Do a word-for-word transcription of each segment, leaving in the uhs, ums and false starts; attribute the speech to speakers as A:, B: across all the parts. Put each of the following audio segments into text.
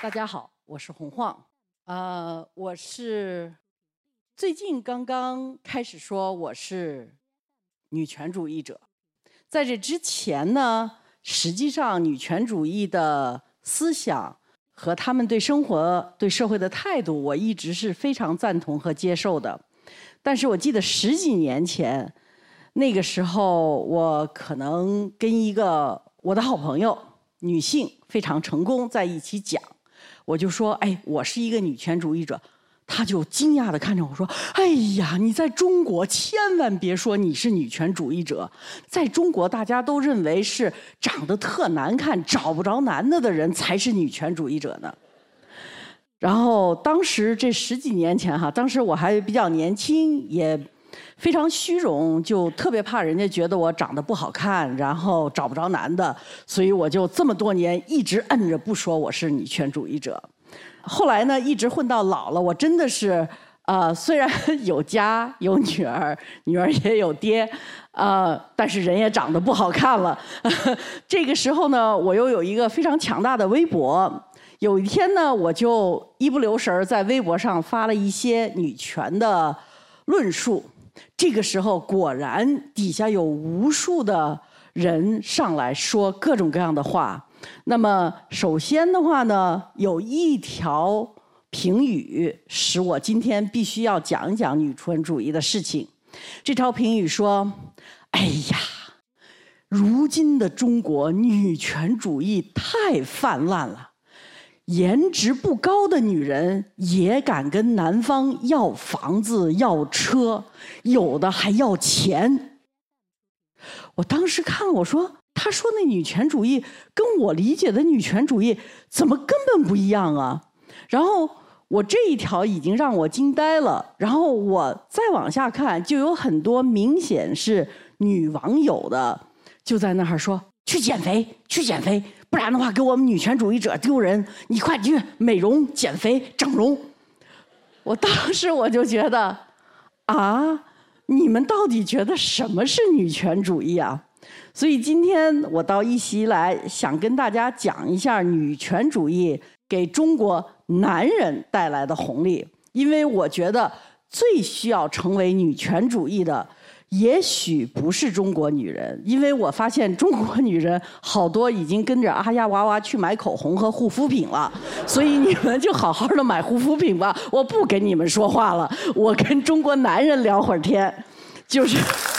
A: 大家好，我是洪晃，呃，我是最近刚刚开始说我是女权主义者，在这之前呢，实际上女权主义的思想和他们对生活、对社会的态度，我一直是非常赞同和接受的。但是我记得十几年前，那个时候我可能跟一个我的好朋友，女性非常成功在一起讲。我就说，哎，我是一个女权主义者，他就惊讶地看着我说，哎呀，你在中国千万别说你是女权主义者，在中国大家都认为是长得特难看、找不着男的的人才是女权主义者呢。然后当时这十几年前哈，当时我还比较年轻，也非常虚荣，就特别怕人家觉得我长得不好看，然后找不着男的，所以我就这么多年一直摁着不说我是女权主义者。后来呢，一直混到老了，我真的是呃，虽然有家有女儿，女儿也有爹，呃，但是人也长得不好看了。这个时候呢，我又有一个非常强大的微博。有一天呢，我就一不留神在微博上发了一些女权的论述。这个时候果然底下有无数的人上来说各种各样的话。那么首先的话呢，有一条评语使我今天必须要讲一讲女权主义的事情。这条评语说，哎呀，如今的中国女权主义太泛滥了，颜值不高的女人也敢跟男方要房子要车，有的还要钱。我当时看我说，他说那女权主义跟我理解的女权主义怎么根本不一样啊。然后我这一条已经让我惊呆了，然后我再往下看，就有很多明显是女网友的就在那儿说，去减肥去减肥，不然的话给我们女权主义者丢人，你快去美容减肥整容。我当时我就觉得啊，你们到底觉得什么是女权主义啊？所以今天我到一席来想跟大家讲一下女权主义给中国男人带来的红利。因为我觉得最需要成为女权主义的也许不是中国女人，因为我发现中国女人好多已经跟着阿呀娃娃去买口红和护肤品了，所以你们就好好的买护肤品吧，我不跟你们说话了，我跟中国男人聊会儿天。就是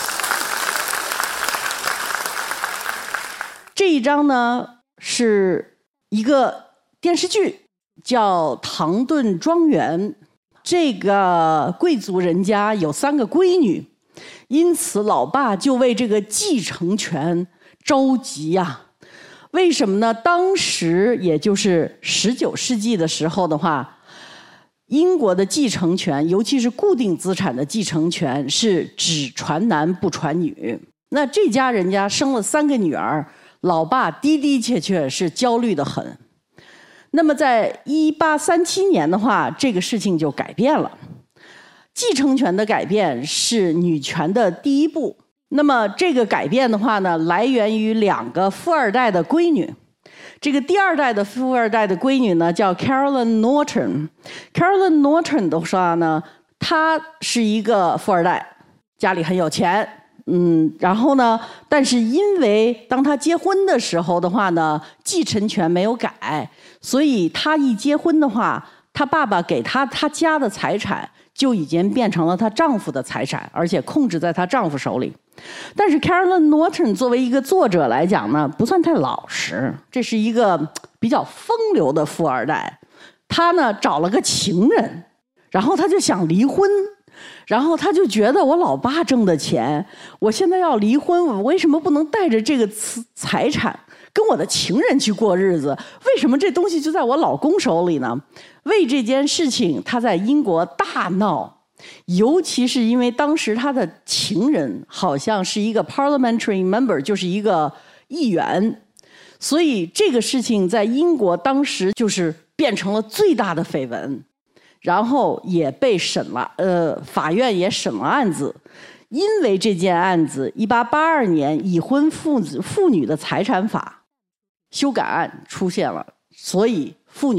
A: 这一章呢是一个电视剧叫《唐顿庄园》，这个贵族人家有三个闺女，因此老爸就为这个继承权着急呀、啊。为什么呢？当时也就是十九世纪的时候的话，英国的继承权，尤其是固定资产的继承权是只传男不传女。那这家人家生了三个女儿，老爸的的确确是焦虑得很。那么在一八三七年的话，这个事情就改变了。继承权的改变是女权的第一步。那么这个改变的话呢，来源于两个富二代的闺女。这个第二代的富二代的闺女呢，叫 Caroline Norton。Caroline Norton 的话呢，她是一个富二代，家里很有钱。嗯，然后呢，但是因为当她结婚的时候的话呢，继承权没有改，所以她一结婚的话，她爸爸给她她家的财产就已经变成了她丈夫的财产，而且控制在她丈夫手里。但是 Caroline Norton 作为一个作者来讲呢，不算太老实，这是一个比较风流的富二代。他呢找了个情人，然后他就想离婚，然后他就觉得我老爸挣的钱，我现在要离婚，我为什么不能带着这个财产跟我的情人去过日子？为什么这东西就在我老公手里呢？为这件事情，他在英国大闹。尤其是因为当时他的情人好像是一个 parliamentary member， 就是一个议员，所以这个事情在英国当时就是变成了最大的绯闻，然后也被审了，呃，法院也审了案子。因为这件案子，一八八二年已婚妇妇女的财产法修改案出现了，所以妇女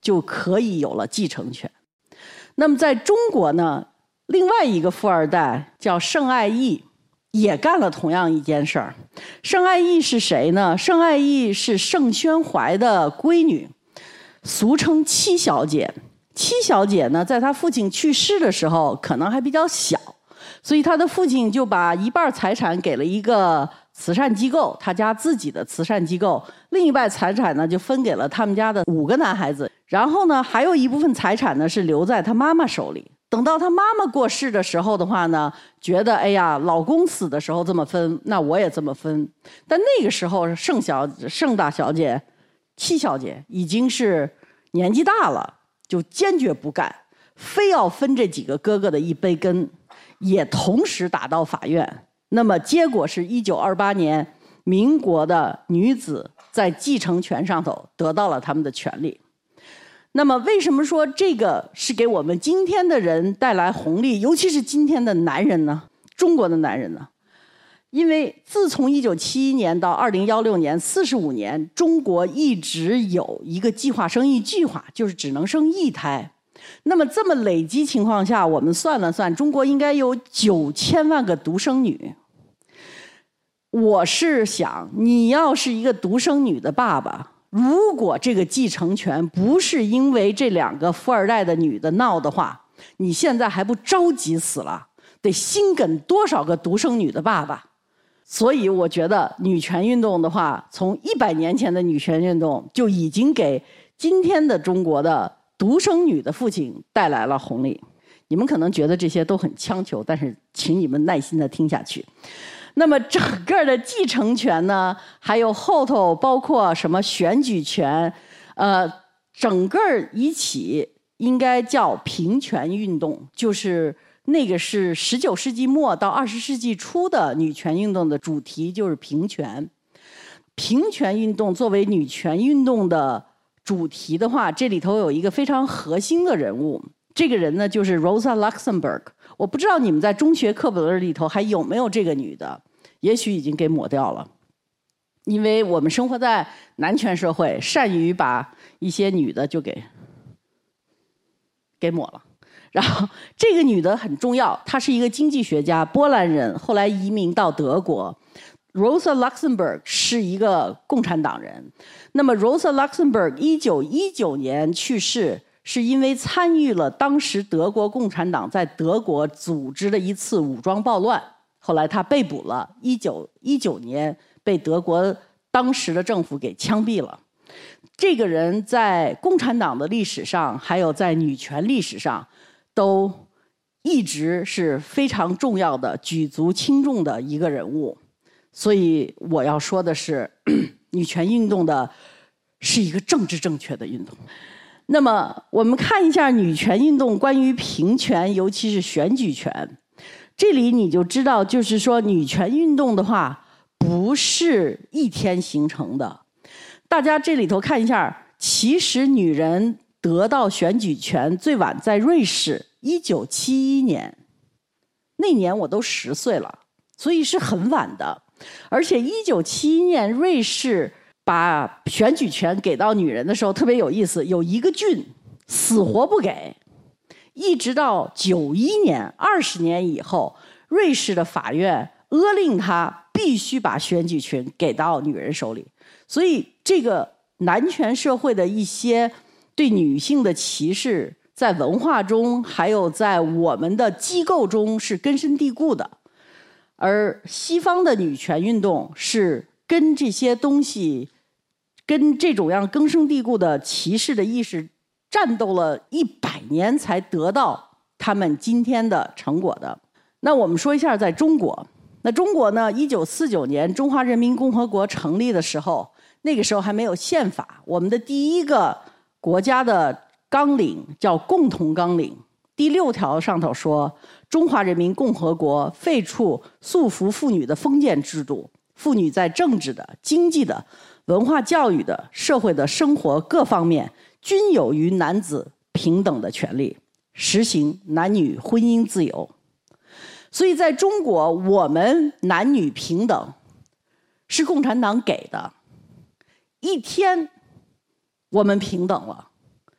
A: 就可以有了继承权。那么在中国呢，另外一个富二代叫盛爱义，也干了同样一件事儿。盛爱义是谁呢？盛爱义是盛宣怀的闺女，俗称七小姐。七小姐呢，在她父亲去世的时候可能还比较小，所以她的父亲就把一半财产给了一个慈善机构，他家自己的慈善机构，另一半财产呢就分给了他们家的五个男孩子，然后呢还有一部分财产呢是留在他妈妈手里。等到他妈妈过世的时候的话呢，觉得哎呀，老公死的时候这么分，那我也这么分。但那个时候盛小盛大小姐、七小姐已经是年纪大了，就坚决不干，非要分这几个哥哥的一杯羹，也同时打到法院。那么结果是一九二八年，民国的女子在继承权上头得到了他们的权利。那么为什么说这个是给我们今天的人带来红利，尤其是今天的男人呢？中国的男人呢？因为自从一九七一年到二零一六年四十五年，中国一直有一个计划生育计划，就是只能生一胎。那么这么累积情况下，我们算了算，中国应该有九千万个独生女。我是想，你要是一个独生女的爸爸，如果这个继承权不是因为这两个富二代的女的闹的话，你现在还不着急死了？得心梗多少个独生女的爸爸？所以我觉得女权运动的话，从一百年前的女权运动就已经给今天的中国的独生女的父亲带来了红利。你们可能觉得这些都很强求，但是请你们耐心的听下去。那么整个的继承权呢，还有后头包括什么选举权，呃，整个一起应该叫平权运动，就是那个是十九世纪末到二十世纪初的女权运动的主题，就是平权。平权运动作为女权运动的主题的话，这里头有一个非常核心的人物，这个人呢就是 Rosa Luxemburg。我不知道你们在中学课本里头还有没有这个女的，也许已经给抹掉了，因为我们生活在男权社会，善于把一些女的就给给抹了。然后这个女的很重要，她是一个经济学家，波兰人，后来移民到德国。Rosa Luxemburg 是一个共产党人。那么 Rosa Luxemburg 一九一九年去世，是因为参与了当时德国共产党在德国组织的一次武装暴乱，后来他被捕了，一九一九年被德国当时的政府给枪毙了。这个人在共产党的历史上，还有在女权历史上，都一直是非常重要的、举足轻重的一个人物。所以我要说的是，女权运动的是一个政治正确的运动。那么我们看一下女权运动关于平权，尤其是选举权，这里你就知道，就是说女权运动的话不是一天形成的。大家这里头看一下，其实女人得到选举权最晚在瑞士一九七一年，那年我都十岁了，所以是很晚的。而且一九七一年瑞士把选举权给到女人的时候特别有意思，有一个郡死活不给，一直到九一年二十年以后，瑞士的法院勒令他必须把选举权给到女人手里。所以这个男权社会的一些对女性的歧视，在文化中还有在我们的机构中是根深蒂固的。而西方的女权运动是跟这些东西，跟这种样根深蒂固的歧视的意识战斗了一百年才得到他们今天的成果的。那我们说一下在中国，那中国呢，一九四九年中华人民共和国成立的时候，那个时候还没有宪法，我们的第一个国家的纲领叫共同纲领，第六条上头说，中华人民共和国废除束缚妇女的封建制度，妇女在政治的、经济的、文化教育的、社会的生活各方面均有与男子平等的权利，实行男女婚姻自由。所以在中国，我们男女平等是共产党给的，一天我们平等了。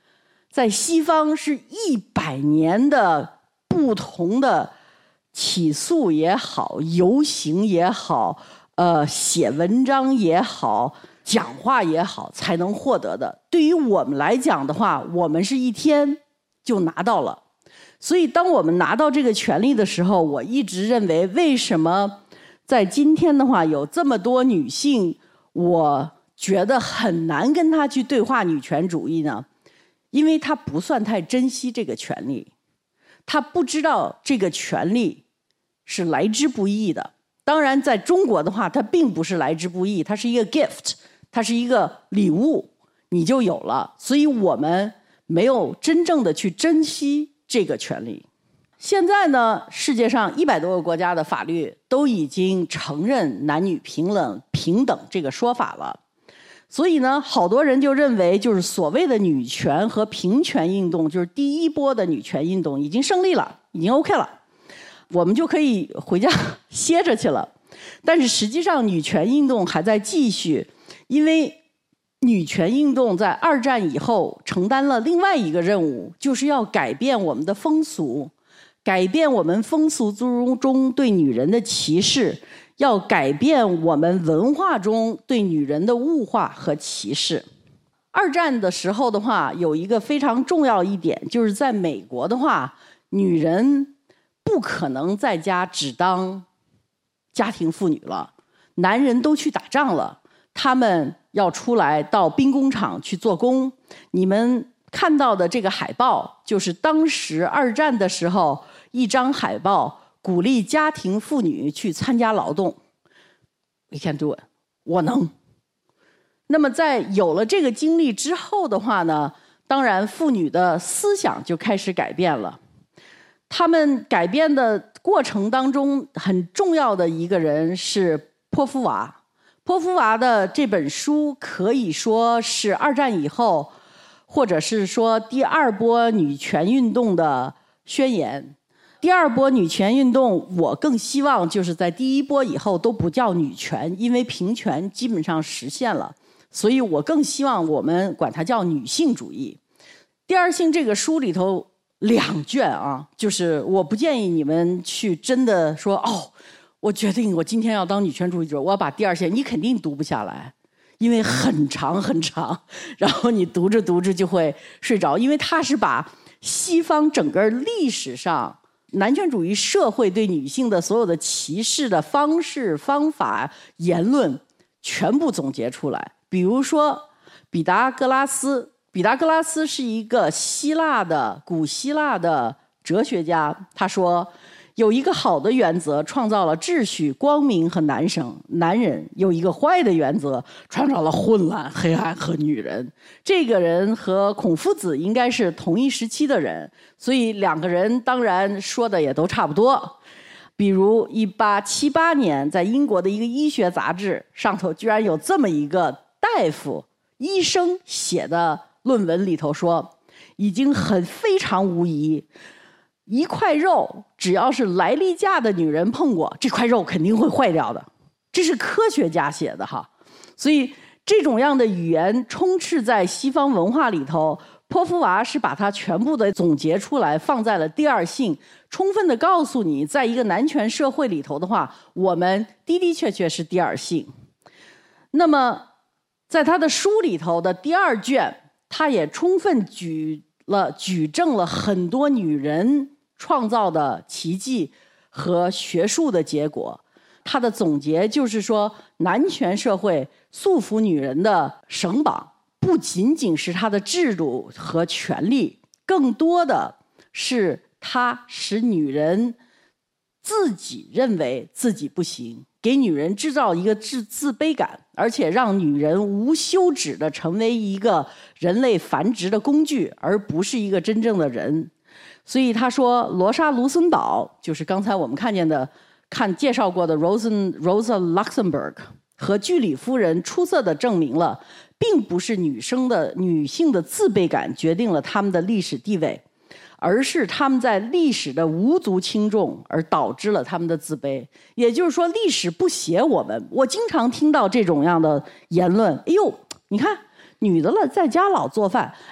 A: 在西方是一百年的不同的起诉也好，游行也好，呃，写文章也好，讲话也好，才能获得的。对于我们来讲的话，我们是一天就拿到了。所以当我们拿到这个权利的时候，我一直认为，为什么在今天的话有这么多女性，我觉得很难跟她去对话女权主义呢？因为她不算太珍惜这个权利，她不知道这个权利是来之不易的。当然在中国的话，它并不是来之不易，它是一个 gift， 它是一个礼物，你就有了。所以我们没有真正的去珍惜这个权利。现在呢，世界上一百多个国家的法律都已经承认男女平等平等这个说法了。所以呢，好多人就认为，就是所谓的女权和平权运动，就是第一波的女权运动已经胜利了，已经 OK 了，我们就可以回家歇着去了。但是实际上，女权运动还在继续，因为女权运动在二战以后承担了另外一个任务，就是要改变我们的风俗，改变我们风俗中对女人的歧视，要改变我们文化中对女人的物化和歧视。二战的时候的话，有一个非常重要一点，就是在美国的话，女人不可能在家只当家庭妇女了，男人都去打仗了，他们要出来到兵工厂去做工。你们看到的这个海报，就是当时二战的时候一张海报，鼓励家庭妇女去参加劳动。 We can do it， 我能。那么在有了这个经历之后的话呢，当然妇女的思想就开始改变了。他们改变的过程当中，很重要的一个人是波伏娃。波伏娃的这本书可以说是二战以后，或者是说第二波女权运动的宣言。第二波女权运动，我更希望就是在第一波以后都不叫女权，因为平权基本上实现了，所以我更希望我们管它叫女性主义。第二性这个书里头两卷啊，就是我不建议你们去真的说哦，我决定我今天要当女权主义者，我要把第二性，你肯定读不下来，因为很长很长，然后你读着读着就会睡着，因为它是把西方整个历史上男权主义社会对女性的所有的歧视的方式、方法、言论全部总结出来。比如说毕达哥拉斯，毕达哥拉斯是一个希腊的古希腊的哲学家，他说有一个好的原则创造了秩序、光明和男生男人，有一个坏的原则创造了混乱、黑暗和女人。这个人和孔夫子应该是同一时期的人，所以两个人当然说的也都差不多。比如一八七八年在英国的一个医学杂志上头居然有这么一个大夫医生写的论文，里头说已经很非常无疑，一块肉只要是来例假的女人碰过，这块肉肯定会坏掉的，这是科学家写的哈。所以这种样的语言充斥在西方文化里头，波伏娃是把它全部的总结出来，放在了第二性，充分的告诉你，在一个男权社会里头的话，我们的的确确是第二性。那么在他的书里头的第二卷，他也充分举了举证了很多女人创造的奇迹和学术的结果。他的总结就是说，男权社会束缚女人的绳绑不仅仅是他的制度和权利，更多的是他使女人自己认为自己不行，给女人制造一个自自卑感，而且让女人无休止地成为一个人类繁殖的工具，而不是一个真正的人。所以他说，罗莎·卢森堡就是刚才我们看见的看介绍过的 Rosa Rosa Luxemburg 和居里夫人出色地证明了，并不是女生的女性的自卑感决定了她们的历史地位，而是他们在历史的无足轻重而导致了他们的自卑。也就是说，历史不写我们。我经常听到这种样的言论，哎呦，你看女的了，在家老做饭，哎，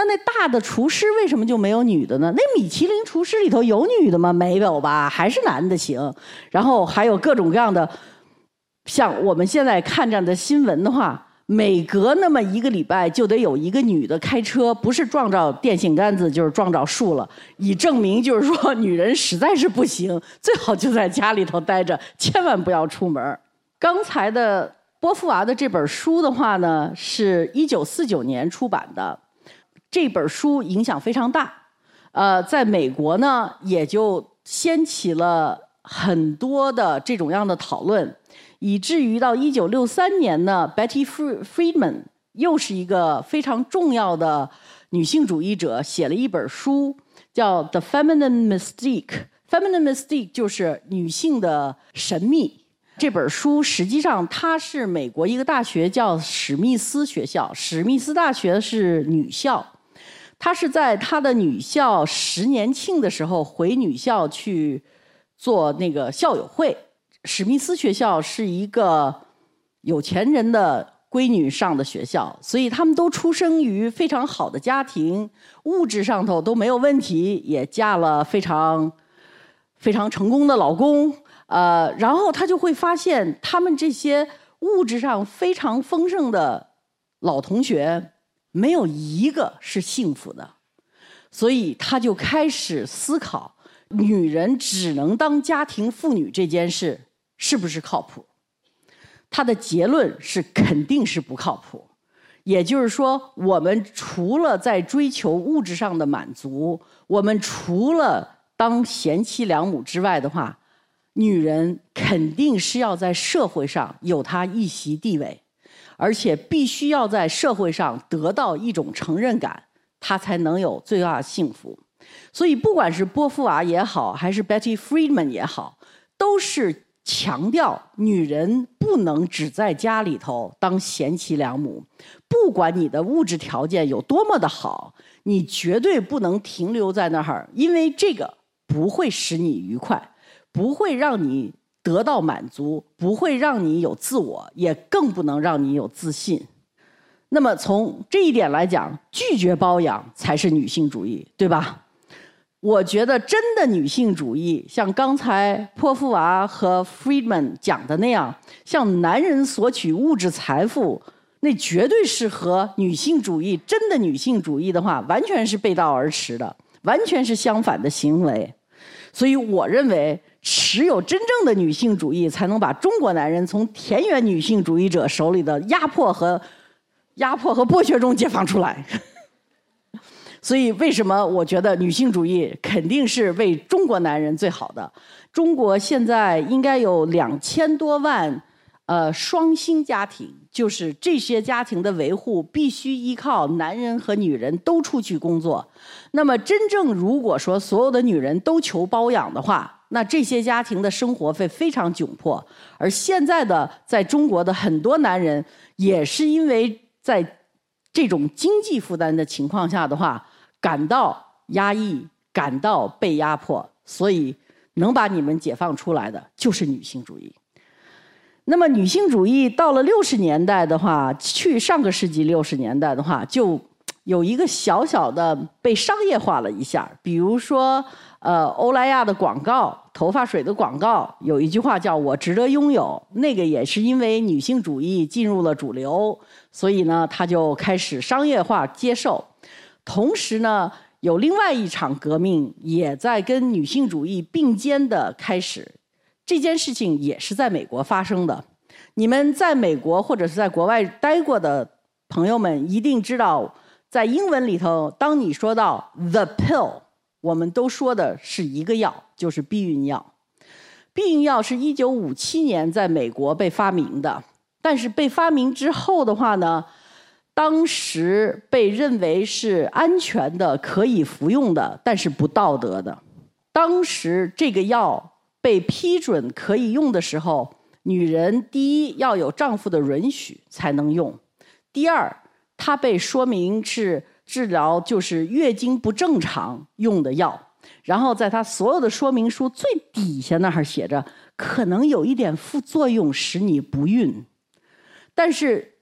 A: 那那大的厨师为什么就没有女的呢？那米其林厨师里头有女的吗？没有吧，还是男的行。然后还有各种各样的，像我们现在看这样的新闻的话，每隔那么一个礼拜就得有一个女的开车，不是撞着电线杆子就是撞着树了，以证明就是说女人实在是不行，最好就在家里头待着，千万不要出门。刚才的波伏娃的这本书的话呢，是一九四九年出版的，这本书影响非常大，呃，在美国呢也就掀起了很多的这种样的讨论。以至于到一九六三年呢 ，Betty Friedan 又是一个非常重要的女性主义者，写了一本书，叫《The Feminine Mystique》。Feminine Mystique 就是女性的神秘。这本书实际上它是美国一个大学叫史密斯学校，史密斯大学是女校，她是在她的女校十年庆的时候回女校去做那个校友会。史密斯学校是一个有钱人的闺女上的学校，所以他们都出生于非常好的家庭，物质上头都没有问题，也嫁了非常非常成功的老公。呃，然后他就会发现，他们这些物质上非常丰盛的老同学，没有一个是幸福的，所以他就开始思考，女人只能当家庭妇女这件事是不是靠谱？他的结论是肯定是不靠谱。也就是说，我们除了在追求物质上的满足，我们除了当贤妻良母之外的话，女人肯定是要在社会上有她一席地位，而且必须要在社会上得到一种承认感，她才能有最大的幸福。所以不管是波伏娃也好，还是 Betty Friedan 也好，都是强调女人不能只在家里头当贤妻良母，不管你的物质条件有多么的好，你绝对不能停留在那儿，因为这个不会使你愉快，不会让你得到满足，不会让你有自我，也更不能让你有自信。那么从这一点来讲，拒绝包养才是女性主义，对吧？我觉得真的女性主义，像刚才波伏娃和 Friedan 讲的那样，向男人索取物质财富，那绝对是和女性主义真的女性主义的话，完全是背道而驰的，完全是相反的行为。所以我认为，只有真正的女性主义，才能把中国男人从田园女性主义者手里的压迫和压迫和剥削中解放出来。所以为什么我觉得女性主义肯定是为中国男人最好的？中国现在应该有两千多万呃双薪家庭，就是这些家庭的维护必须依靠男人和女人都出去工作。那么真正如果说所有的女人都求包养的话，那这些家庭的生活会非常窘迫。而现在的在中国的很多男人，也是因为在这种经济负担的情况下的话，感到压抑，感到被压迫，所以能把你们解放出来的就是女性主义。那么女性主义到了六十年代的话，去上个世纪六十年代的话，就有一个小小的被商业化了一下。比如说，呃，欧莱雅的广告，头发水的广告，有一句话叫"我值得拥有"，那个也是因为女性主义进入了主流，所以呢，它就开始商业化接受。同时呢，有另外一场革命也在跟女性主义并肩的开始，这件事情也是在美国发生的。你们在美国或者是在国外待过的朋友们一定知道，在英文里头，当你说到 the pill， 我们都说的是一个药，就是避孕药。避孕药是一九五七年在美国被发明的，但是被发明之后的话呢，当时被认为是安全的、可以服用的，但是不道德的。当时这个药被批准可以用的时候，女人第一要有丈夫的允许才能用，第二，它被说明是治疗就是月经不正常用的药。然后在它所有的说明书最底下那儿写着，可能有一点副作用使你不孕。但是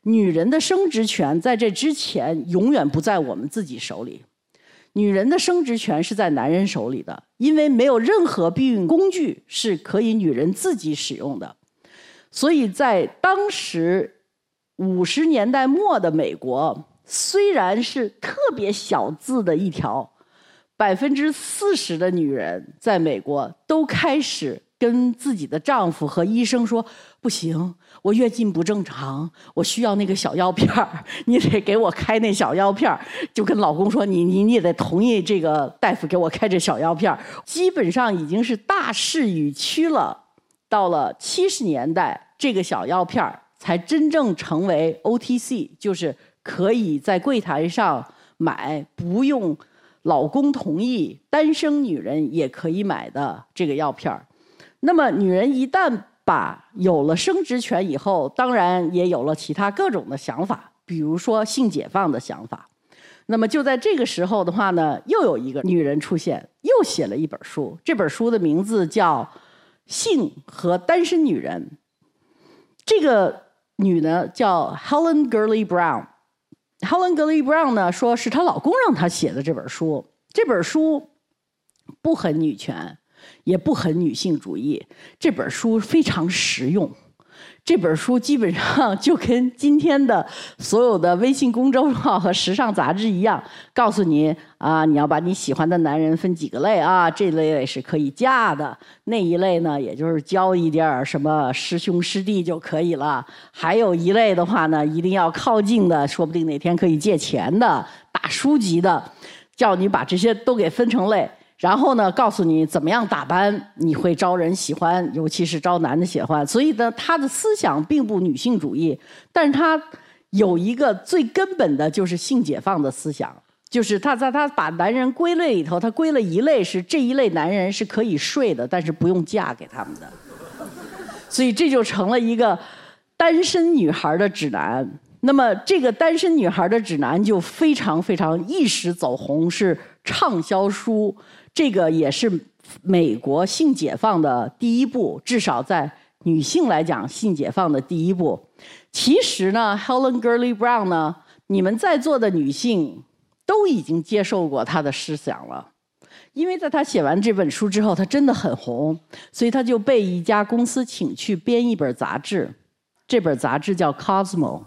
A: 女人的生殖权在这之前永远不在我们自己手里，女人的生殖权是在男人手里的，因为没有任何避孕工具是可以女人自己使用的。所以在当时五十年代末的美国，虽然是特别小字的一条，百分之四十的女人在美国都开始跟自己的丈夫和医生说，不行，我月经不正常，我需要那个小药片儿，你得给我开那小药片儿。就跟老公说，你你你也得同意这个大夫给我开这小药片儿。基本上已经是大势已去了。到了七十年代，这个小药片儿才真正成为 O T C， 就是可以在柜台上买，不用老公同意，单身女人也可以买的这个药片儿。那么女人一旦把有了生殖权以后，当然也有了其他各种的想法，比如说性解放的想法。那么就在这个时候的话呢，又有一个女人出现，又写了一本书，这本书的名字叫《性和单身女人》。这个女呢叫 Helen Gurley Brown。Helen Gurley Brown 呢说是她老公让她写的这本书，这本书不很女权，也不很女性主义，这本书非常实用。这本书基本上就跟今天的所有的微信公众号和时尚杂志一样，告诉你啊，你要把你喜欢的男人分几个类啊，这类是可以嫁的，那一类呢，也就是交一点什么师兄师弟就可以了，还有一类的话呢，一定要靠近的，说不定哪天可以借钱的，大叔级的，叫你把这些都给分成类。然后呢，告诉你怎么样打扮你会招人喜欢，尤其是招男的喜欢。所以呢，他的思想并不女性主义，但是他有一个最根本的就是性解放的思想，就是他在他把男人归类里头，他归了一类是这一类男人是可以睡的，但是不用嫁给他们的。所以这就成了一个单身女孩的指南。那么这个单身女孩的指南就非常非常一时走红，是畅销书。这个也是美国性解放的第一步，至少在女性来讲，性解放的第一步。其实呢 ，Helen Gurley Brown 呢，你们在座的女性都已经接受过她的思想了，因为在她写完这本书之后，她真的很红，所以她就被一家公司请去编一本杂志，这本杂志叫 Cosmo。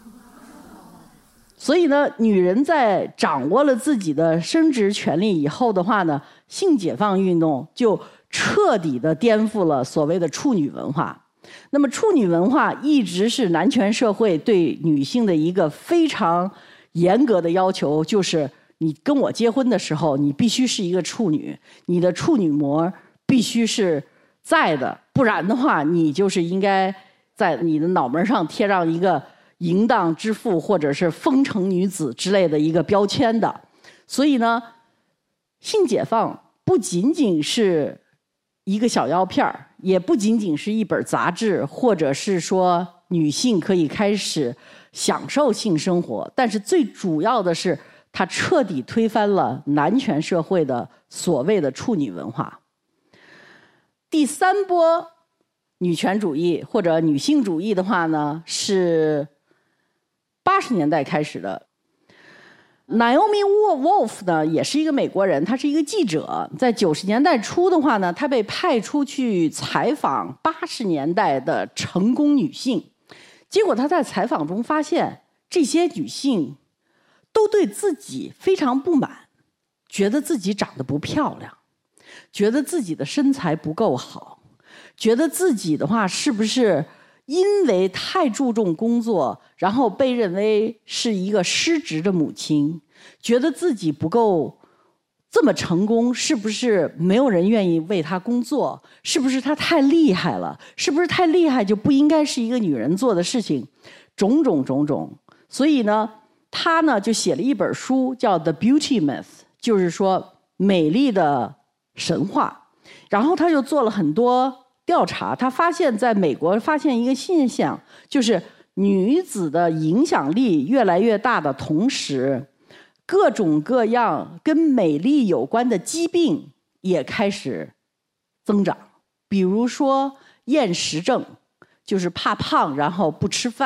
A: 所以呢，女人在掌握了自己的生殖权利以后的话呢，性解放运动就彻底的颠覆了所谓的处女文化。那么处女文化一直是男权社会对女性的一个非常严格的要求，就是你跟我结婚的时候，你必须是一个处女，你的处女膜必须是在的，不然的话，你就是应该在你的脑门上贴上一个淫荡之妇或者是风尘女子之类的一个标签的。所以呢，性解放不仅仅是一个小药片儿，也不仅仅是一本杂志，或者是说女性可以开始享受性生活，但是最主要的是它彻底推翻了男权社会的所谓的处女文化。第三波女权主义或者女性主义的话呢，是八十年代开始的。Naomi Wolf 呢，也是一个美国人，他是一个记者。在九十年代初的话呢，他被派出去采访八十年代的成功女性。结果他在采访中发现，这些女性都对自己非常不满，觉得自己长得不漂亮，觉得自己的身材不够好，觉得自己的话是不是因为太注重工作，然后被认为是一个失职的母亲，觉得自己不够这么成功，是不是没有人愿意为她工作？是不是她太厉害了？是不是太厉害就不应该是一个女人做的事情？种种种种。所以呢，她呢就写了一本书，叫《The Beauty Myth》，就是说美丽的神话。然后她就做了很多调查，他发现在美国发现一个现象，就是女子的影响力越来越大的同时，各种各样跟美丽有关的疾病也开始增长。比如说厌食症，就是怕胖然后不吃饭，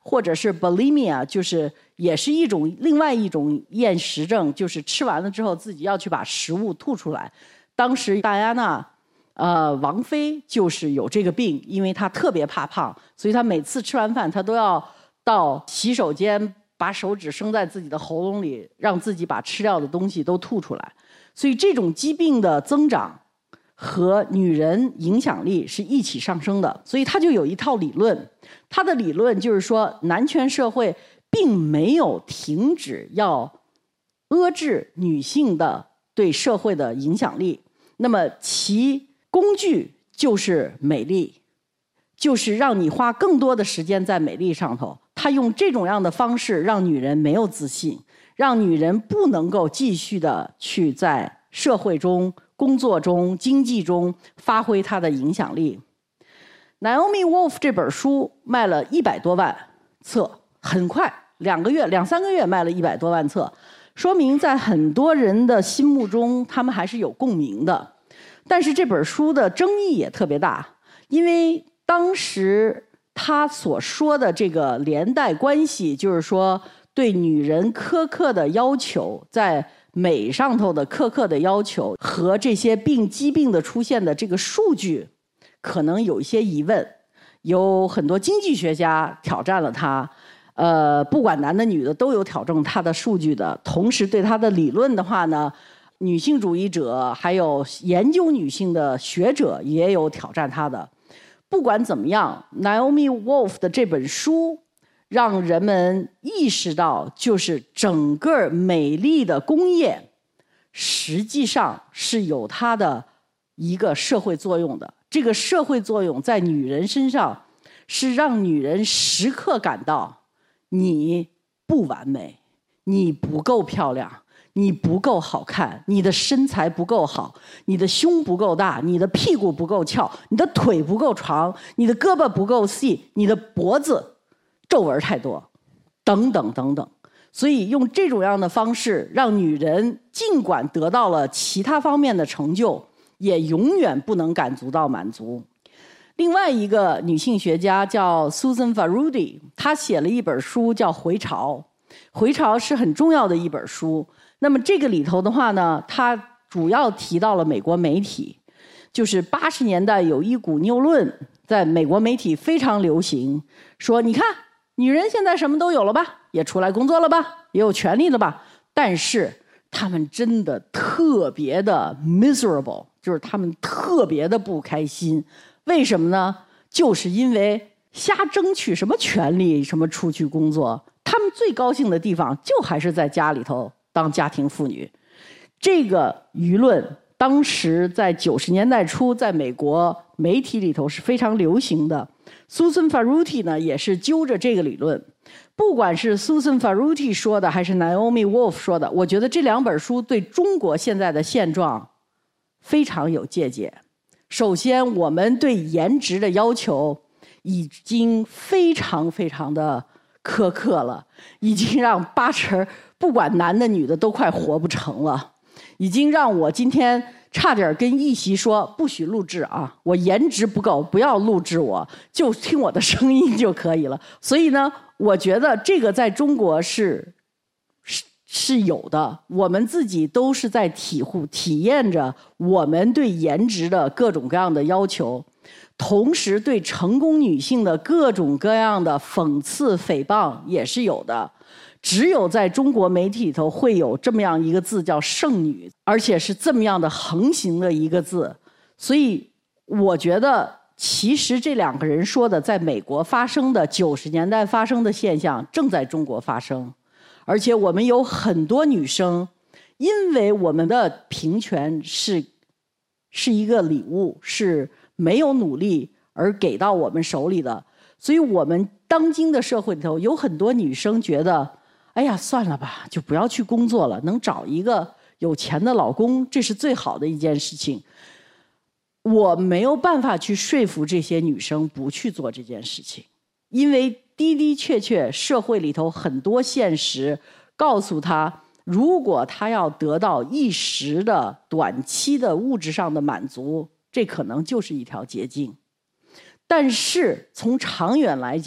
A: 或者是 bulimia， 就是也是一种另外一种厌食症，就是吃完了之后自己要去把食物吐出来。当时戴安娜呃，王妃就是有这个病，因为她特别怕胖，所以她每次吃完饭她都要到洗手间把手指伸在自己的喉咙里，让自己把吃掉的东西都吐出来。所以这种疾病的增长和女人影响力是一起上升的，所以他就有一套理论。他的理论就是说，男权社会并没有停止要遏制女性的对社会的影响力，那么其工具就是美丽，就是让你花更多的时间在美丽上头。他用这种样的方式让女人没有自信，让女人不能够继续的去在社会中、工作中、经济中发挥她的影响力。Naomi Wolf 这本书卖了一百多万册，很快两个月、两三个月卖了一百多万册，说明在很多人的心目中，他们还是有共鸣的。但是这本书的争议也特别大，因为当时他所说的这个连带关系，就是说对女人苛刻的要求，在美上头的苛刻的要求和这些病疾病的出现的这个数据可能有一些疑问，有很多经济学家挑战了他，呃，不管男的女的都有挑战他的数据的。同时对他的理论的话呢，女性主义者还有研究女性的学者也有挑战他的。不管怎么样 ，Naomi Wolf 的这本书让人们意识到，就是整个美丽的工业实际上是有它的一个社会作用的。这个社会作用在女人身上是让女人时刻感到你不完美，你不够漂亮，你不够好看，你的身材不够好，你的胸不够大，你的屁股不够翘，你的腿不够长，你的胳膊不够细，你的脖子皱纹太多，等等等等。所以用这种样的方式让女人尽管得到了其他方面的成就，也永远不能感足到满足。另外一个女性学家叫 Susan Farudi， 她写了一本书叫《回潮》，《回潮》是很重要的一本书。那么这个里头的话呢，她主要提到了美国媒体，就是八十年代有一股谬论在美国媒体非常流行，说你看女人现在什么都有了吧，也出来工作了吧，也有权利了吧，但是她们真的特别的 miserable， 就是她们特别的不开心。为什么呢？就是因为瞎争取什么权利，什么出去工作，她们最高兴的地方就还是在家里头当家庭妇女。这个舆论当时在九十年代初在美国媒体里头是非常流行的。Susan Farudi 呢也是揪着这个理论，不管是 Susan Farudi 说的还是 Naomi Wolf 说的，我觉得这两本书对中国现在的现状非常有借鉴。首先，我们对颜值的要求已经非常非常的苛刻了，已经让八成不管男的女的都快活不成了，已经让我今天差点跟一席说不许录制啊，我颜值不够，不要录制我，就听我的声音就可以了。所以呢，我觉得这个在中国是是是有的，我们自己都是在体会体验着我们对颜值的各种各样的要求，同时对成功女性的各种各样的讽刺诽谤也是有的。只有在中国媒体里头会有这么样一个字叫剩女，而且是这么样的横行的一个字。所以我觉得其实这两个人说的在美国发生的九十年代发生的现象正在中国发生，而且我们有很多女生因为我们的平权是是一个礼物，是没有努力而给到我们手里的，所以我们当今的社会里头有很多女生觉得哎呀算了吧，就不要去工作了，能找一个有钱的老公，这是最好的一件事情。我没有办法去说服这些女生不去做这件事情，因为的的确确社会里头很多现实告诉她，如果她要得到一时的短期的物质上的满足，这可能就是一条捷径。但是从长远来讲，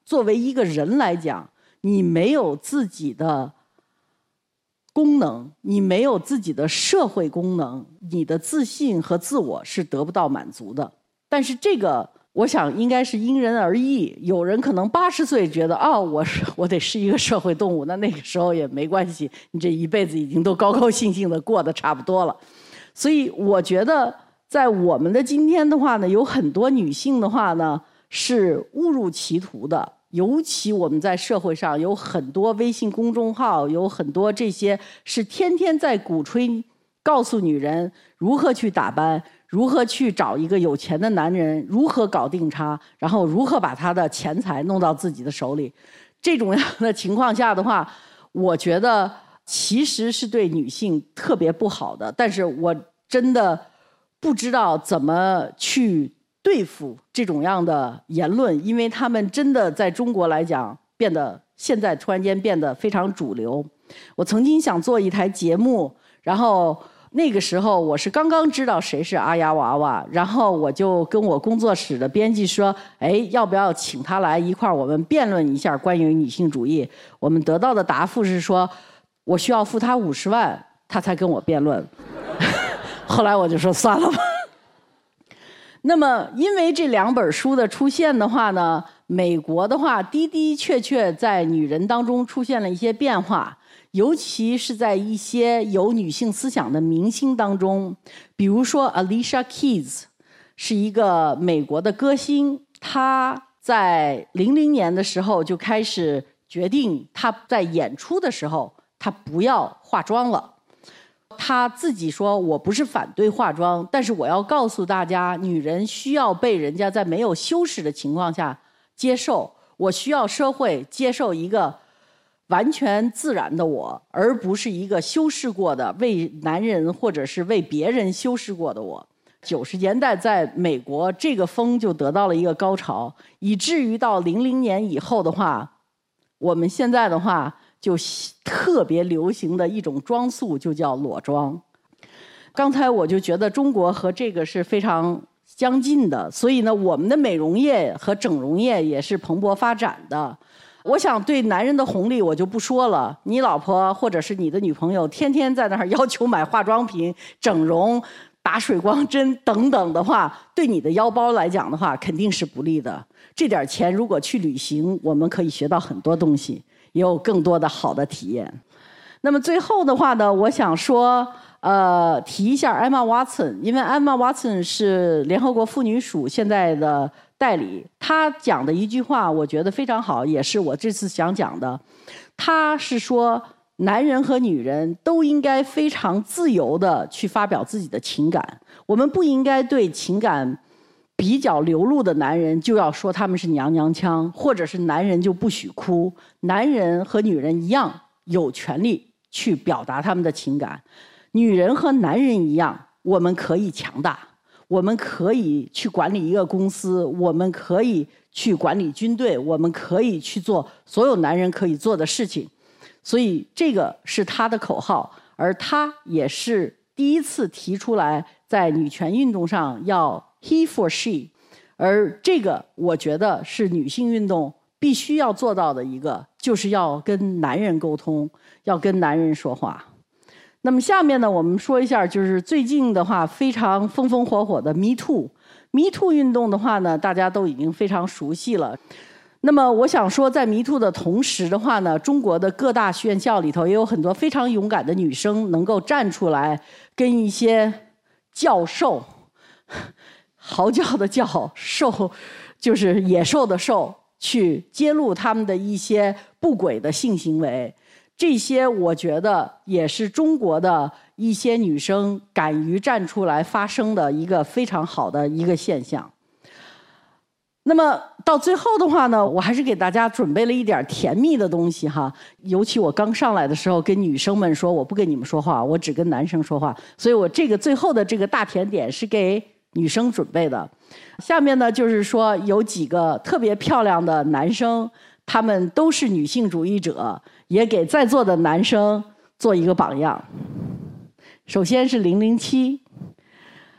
A: 作为一个人来讲，你没有自己的功能，你没有自己的社会功能，你的自信和自我是得不到满足的。但是这个我想应该是因人而异，有人可能八十岁觉得哦，我是我得是一个社会动物，那那个时候也没关系，你这一辈子已经都高高兴兴的过得差不多了。所以我觉得在我们的今天的话呢，有很多女性的话呢是误入歧途的。尤其我们在社会上有很多微信公众号，有很多这些是天天在鼓吹告诉女人如何去打扮，如何去找一个有钱的男人，如何搞定他，然后如何把他的钱财弄到自己的手里。这种样的情况下的话，我觉得其实是对女性特别不好的，但是我真的不知道怎么去对付这种样的言论，因为他们真的在中国来讲变得现在突然间变得非常主流。我曾经想做一台节目，然后那个时候我是刚刚知道谁是阿丫娃娃，然后我就跟我工作室的编辑说，哎，要不要请他来一块儿我们辩论一下关于女性主义。我们得到的答复是说，我需要付他五十万他才跟我辩论。后来我就说算了吧。那么因为这两本书的出现的话呢，美国的话的的确确在女人当中出现了一些变化，尤其是在一些有女性思想的明星当中。比如说 Alicia Keys 是一个美国的歌星，她在零零年的时候就开始决定她在演出的时候她不要化妆了。她自己说，我不是反对化妆，但是我要告诉大家，女人需要被人家在没有修饰的情况下接受，我需要社会接受一个完全自然的我，而不是一个修饰过的为男人或者是为别人修饰过的我。九十年代在美国这个风就得到了一个高潮，以至于到零零年以后的话，我们现在的话就特别流行的一种装束就叫裸妆。刚才我就觉得中国和这个是非常相近的，所以呢，我们的美容业和整容业也是蓬勃发展的。我想对男人的红利我就不说了，你老婆或者是你的女朋友天天在那儿要求买化妆品、整容、打水光针等等的话，对你的腰包来讲的话肯定是不利的。这点钱如果去旅行，我们可以学到很多东西，也有更多的好的体验。那么最后的话呢，我想说呃，提一下 Emma Watson， 因为 Emma Watson 是联合国妇女署现在的代理，她讲的一句话我觉得非常好，也是我这次想讲的。她是说男人和女人都应该非常自由的去发表自己的情感，我们不应该对情感比较流露的男人就要说他们是娘娘腔，或者是男人就不许哭。男人和女人一样有权利去表达他们的情感，女人和男人一样，我们可以强大，我们可以去管理一个公司，我们可以去管理军队，我们可以去做所有男人可以做的事情。所以这个是他的口号，而他也是第一次提出来在女权运动上要 he for she， 而这个我觉得是女性运动必须要做到的一个，就是要跟男人沟通，要跟男人说话。那么下面呢，我们说一下就是最近的话非常风风火火的 Me Too。Me Too 运动的话呢，大家都已经非常熟悉了。那么我想说，在 Me Too 的同时的话呢，中国的各大院校里头也有很多非常勇敢的女生能够站出来跟一些教授，嚎叫的叫，兽就是野兽的兽，去揭露他们的一些不轨的性行为。这些我觉得也是中国的一些女生敢于站出来发声的一个非常好的一个现象。那么到最后的话呢，我还是给大家准备了一点甜蜜的东西哈。尤其我刚上来的时候跟女生们说，我不跟你们说话，我只跟男生说话，所以我这个最后的这个大甜点是给女生准备的。下面呢就是说有几个特别漂亮的男生，他们都是女性主义者，也给在座的男生做一个榜样。首先是零零七，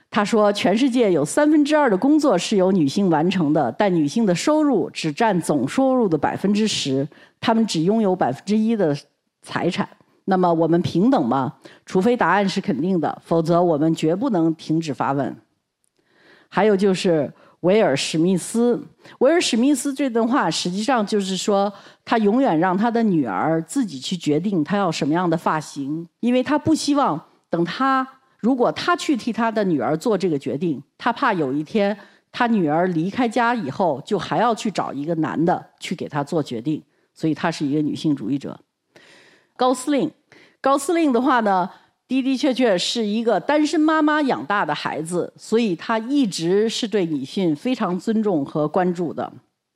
A: 他说，全世界有三分之二的工作是由女性完成的，但女性的收入只占总收入的百分之十，她们只拥有百分之一的财产。那么我们平等吗？除非答案是肯定的，否则我们绝不能停止发问。还有就是维尔史密斯，维尔史密斯这段话实际上就是说，他永远让他的女儿自己去决定她要什么样的发型，因为他不希望等他。如果他去替他的女儿做这个决定，他怕有一天他女儿离开家以后，就还要去找一个男的去给他做决定，所以他是一个女性主义者。高司令，高司令的话呢，的的确确是一个单身妈妈养大的孩子，所以他一直是对女性非常尊重和关注的。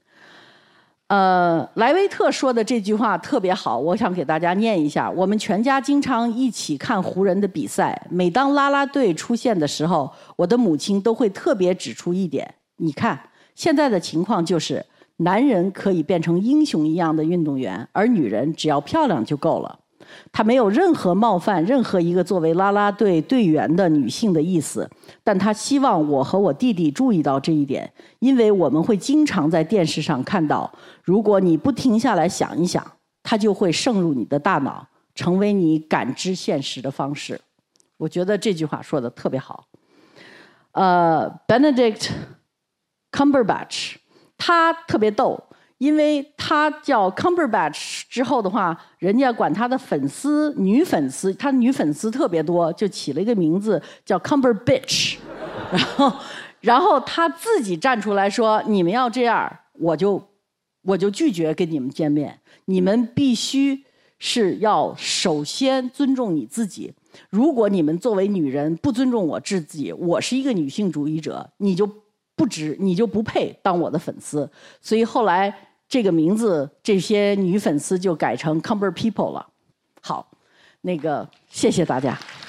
A: 呃，莱维特说的这句话特别好，我想给大家念一下。我们全家经常一起看湖人的比赛，每当啦啦队出现的时候，我的母亲都会特别指出一点：你看，现在的情况就是，男人可以变成英雄一样的运动员，而女人只要漂亮就够了。他没有任何冒犯任何一个作为啦啦队队员的女性的意思，但他希望我和我弟弟注意到这一点，因为我们会经常在电视上看到，如果你不停下来想一想，它就会渗入你的大脑，成为你感知现实的方式。我觉得这句话说的特别好。呃 Benedict Cumberbatch 他特别逗，因为他叫 Cumberbatch 之后的话，人家管他的粉丝女粉丝，他女粉丝特别多，就起了一个名字叫 Cumberbitch 然后然后他自己站出来说，你们要这样，我就我就拒绝跟你们见面，你们必须是要首先尊重你自己，如果你们作为女人不尊重我自己，我是一个女性主义者，你就不值，你就不配当我的粉丝。所以后来这个名字，这些女粉丝就改成 Cumber People 了。好，那个谢谢大家。